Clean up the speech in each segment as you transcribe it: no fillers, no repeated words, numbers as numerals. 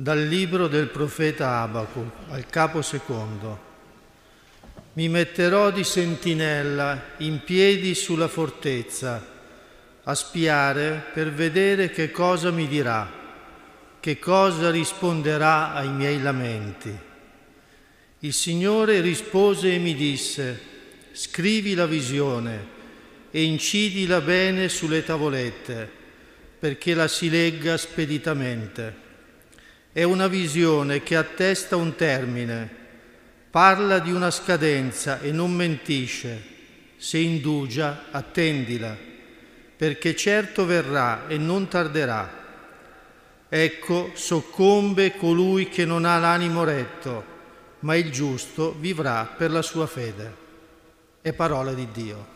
Dal libro del profeta Abacuc, al capo secondo. Mi metterò di sentinella in piedi sulla fortezza, a spiare per vedere che cosa mi dirà, che cosa risponderà ai miei lamenti. Il Signore rispose e mi disse: scrivi la visione e incidila bene sulle tavolette, perché la si legga speditamente. È una visione che attesta un termine, parla di una scadenza e non mentisce. Se indugia, attendila, perché certo verrà e non tarderà. Ecco, soccombe colui che non ha l'animo retto, ma il giusto vivrà per la sua fede. È parola di Dio.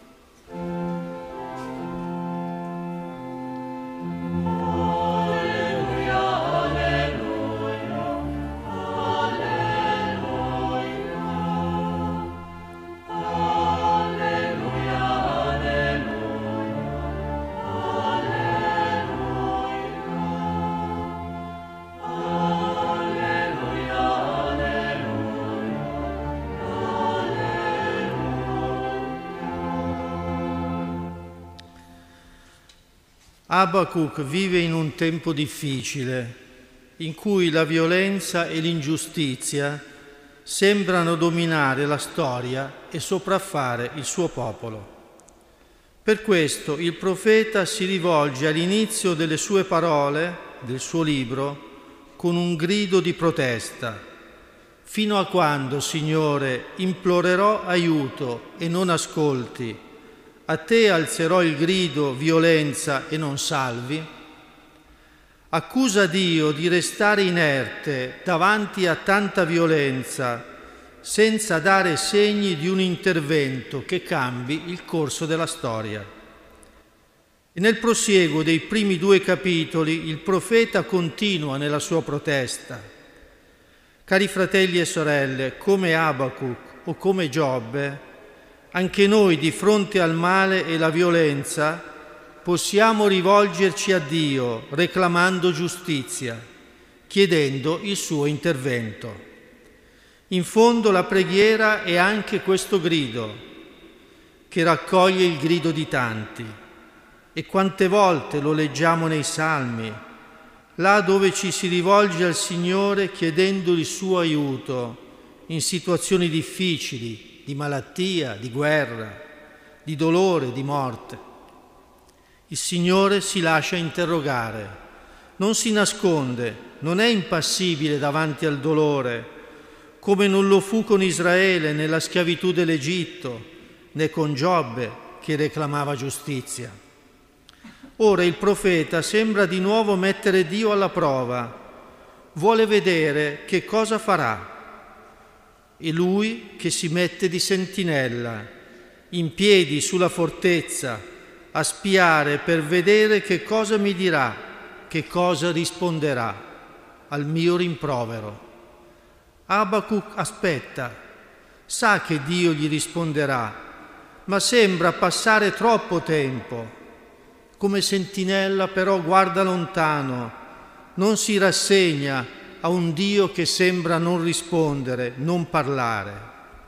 Abacuc vive in un tempo difficile, in cui la violenza e l'ingiustizia sembrano dominare la storia e sopraffare il suo popolo. Per questo il profeta si rivolge all'inizio delle sue parole, del suo libro, con un grido di protesta. Fino a quando, Signore, implorerò aiuto e non ascolti? A te alzerò il grido, violenza, e non salvi? Accusa Dio di restare inerte davanti a tanta violenza, senza dare segni di un intervento che cambi il corso della storia. E nel prosieguo dei primi 2 capitoli il profeta continua nella sua protesta. Cari fratelli e sorelle, come Abacuc o come Giobbe, anche noi di fronte al male e la violenza possiamo rivolgerci a Dio reclamando giustizia, chiedendo il suo intervento. In fondo la preghiera è anche questo grido, che raccoglie il grido di tanti. E quante volte lo leggiamo nei Salmi, là dove ci si rivolge al Signore chiedendo il suo aiuto in situazioni difficili, di malattia, di guerra, di dolore, di morte. Il Signore si lascia interrogare, non si nasconde, non è impassibile davanti al dolore, come non lo fu con Israele nella schiavitù dell'Egitto, né con Giobbe che reclamava giustizia. Ora il profeta sembra di nuovo mettere Dio alla prova, vuole vedere che cosa farà. E lui che si mette di sentinella, in piedi sulla fortezza, a spiare per vedere che cosa mi dirà, che cosa risponderà al mio rimprovero. Abacuc aspetta, sa che Dio gli risponderà, ma sembra passare troppo tempo. Come sentinella però guarda lontano, non si rassegna a un Dio che sembra non rispondere, non parlare.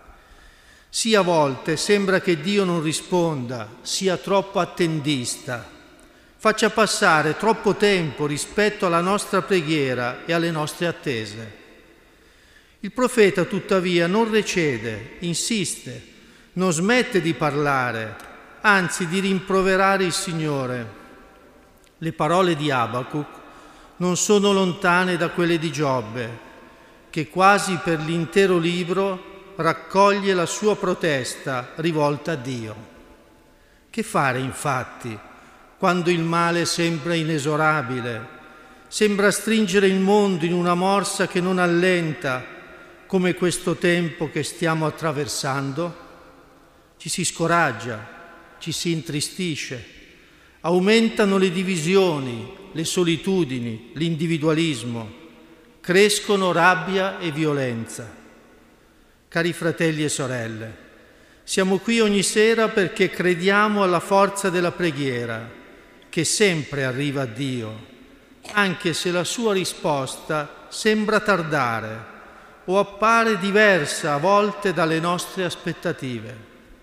Sì, a volte sembra che Dio non risponda, sia troppo attendista, faccia passare troppo tempo rispetto alla nostra preghiera e alle nostre attese. Il profeta tuttavia non recede, insiste, non smette di parlare, anzi di rimproverare il Signore. Le parole di Abacuc non sono lontane da quelle di Giobbe, che quasi per l'intero libro raccoglie la sua protesta rivolta a Dio. Che fare infatti quando il male sembra inesorabile, sembra stringere il mondo in una morsa che non allenta, come questo tempo che stiamo attraversando? Ci si scoraggia, ci si intristisce, aumentano le divisioni, le solitudini, l'individualismo, crescono rabbia e violenza. Cari fratelli e sorelle, siamo qui ogni sera perché crediamo alla forza della preghiera, che sempre arriva a Dio, anche se la sua risposta sembra tardare o appare diversa a volte dalle nostre aspettative.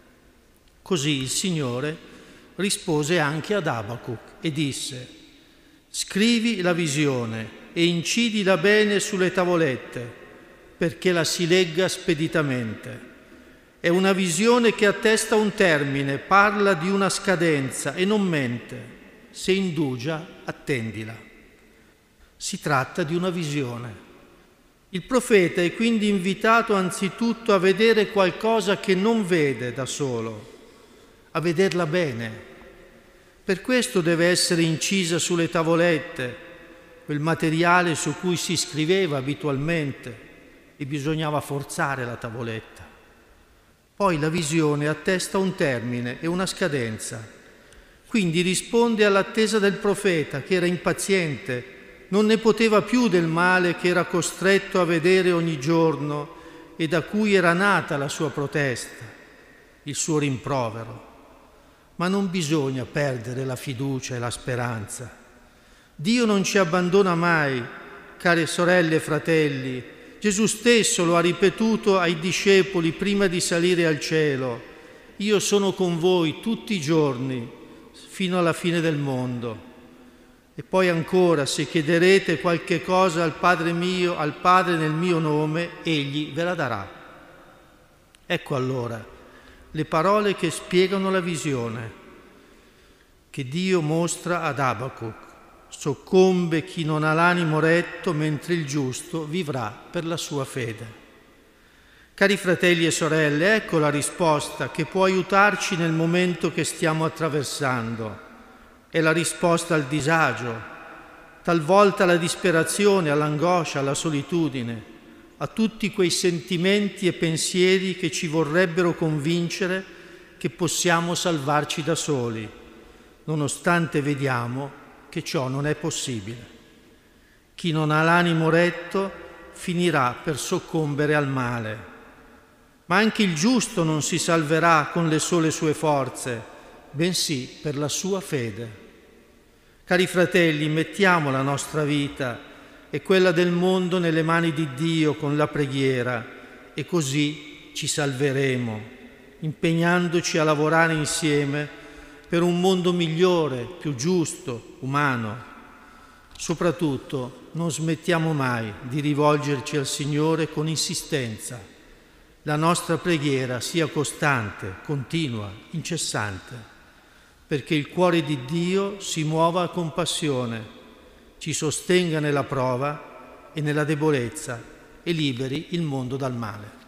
Così il Signore rispose anche ad Abacuc e disse: scrivi la visione e incidila bene sulle tavolette, perché la si legga speditamente. È una visione che attesta un termine, parla di una scadenza e non mente. Se indugia, attendila. Si tratta di una visione. Il profeta è quindi invitato anzitutto a vedere qualcosa che non vede da solo, a vederla bene. Per questo deve essere incisa sulle tavolette, quel materiale su cui si scriveva abitualmente e bisognava forzare la tavoletta. Poi la visione attesta un termine e una scadenza, quindi risponde all'attesa del profeta che era impaziente, non ne poteva più del male che era costretto a vedere ogni giorno e da cui era nata la sua protesta, il suo rimprovero. Ma non bisogna perdere la fiducia e la speranza. Dio non ci abbandona mai, care sorelle e fratelli. Gesù stesso lo ha ripetuto ai discepoli prima di salire al cielo: io sono con voi tutti i giorni fino alla fine del mondo. E poi ancora, se chiederete qualche cosa al Padre nel mio nome, Egli ve la darà. Ecco allora le parole che spiegano la visione che Dio mostra ad Abacuc: soccombe chi non ha l'animo retto, mentre il giusto vivrà per la sua fede. Cari fratelli e sorelle, ecco la risposta che può aiutarci nel momento che stiamo attraversando. È la risposta al disagio, talvolta alla disperazione, all'angoscia, alla solitudine, a tutti quei sentimenti e pensieri che ci vorrebbero convincere che possiamo salvarci da soli, nonostante vediamo che ciò non è possibile. Chi non ha l'animo retto finirà per soccombere al male. Ma anche il giusto non si salverà con le sole sue forze, bensì per la sua fede. Cari fratelli, mettiamo la nostra vita e quella del mondo nelle mani di Dio con la preghiera, e così ci salveremo, impegnandoci a lavorare insieme per un mondo migliore, più giusto, umano. Soprattutto non smettiamo mai di rivolgerci al Signore con insistenza. La nostra preghiera sia costante, continua, incessante, perché il cuore di Dio si muova a compassione, ci sostenga nella prova e nella debolezza e liberi il mondo dal male.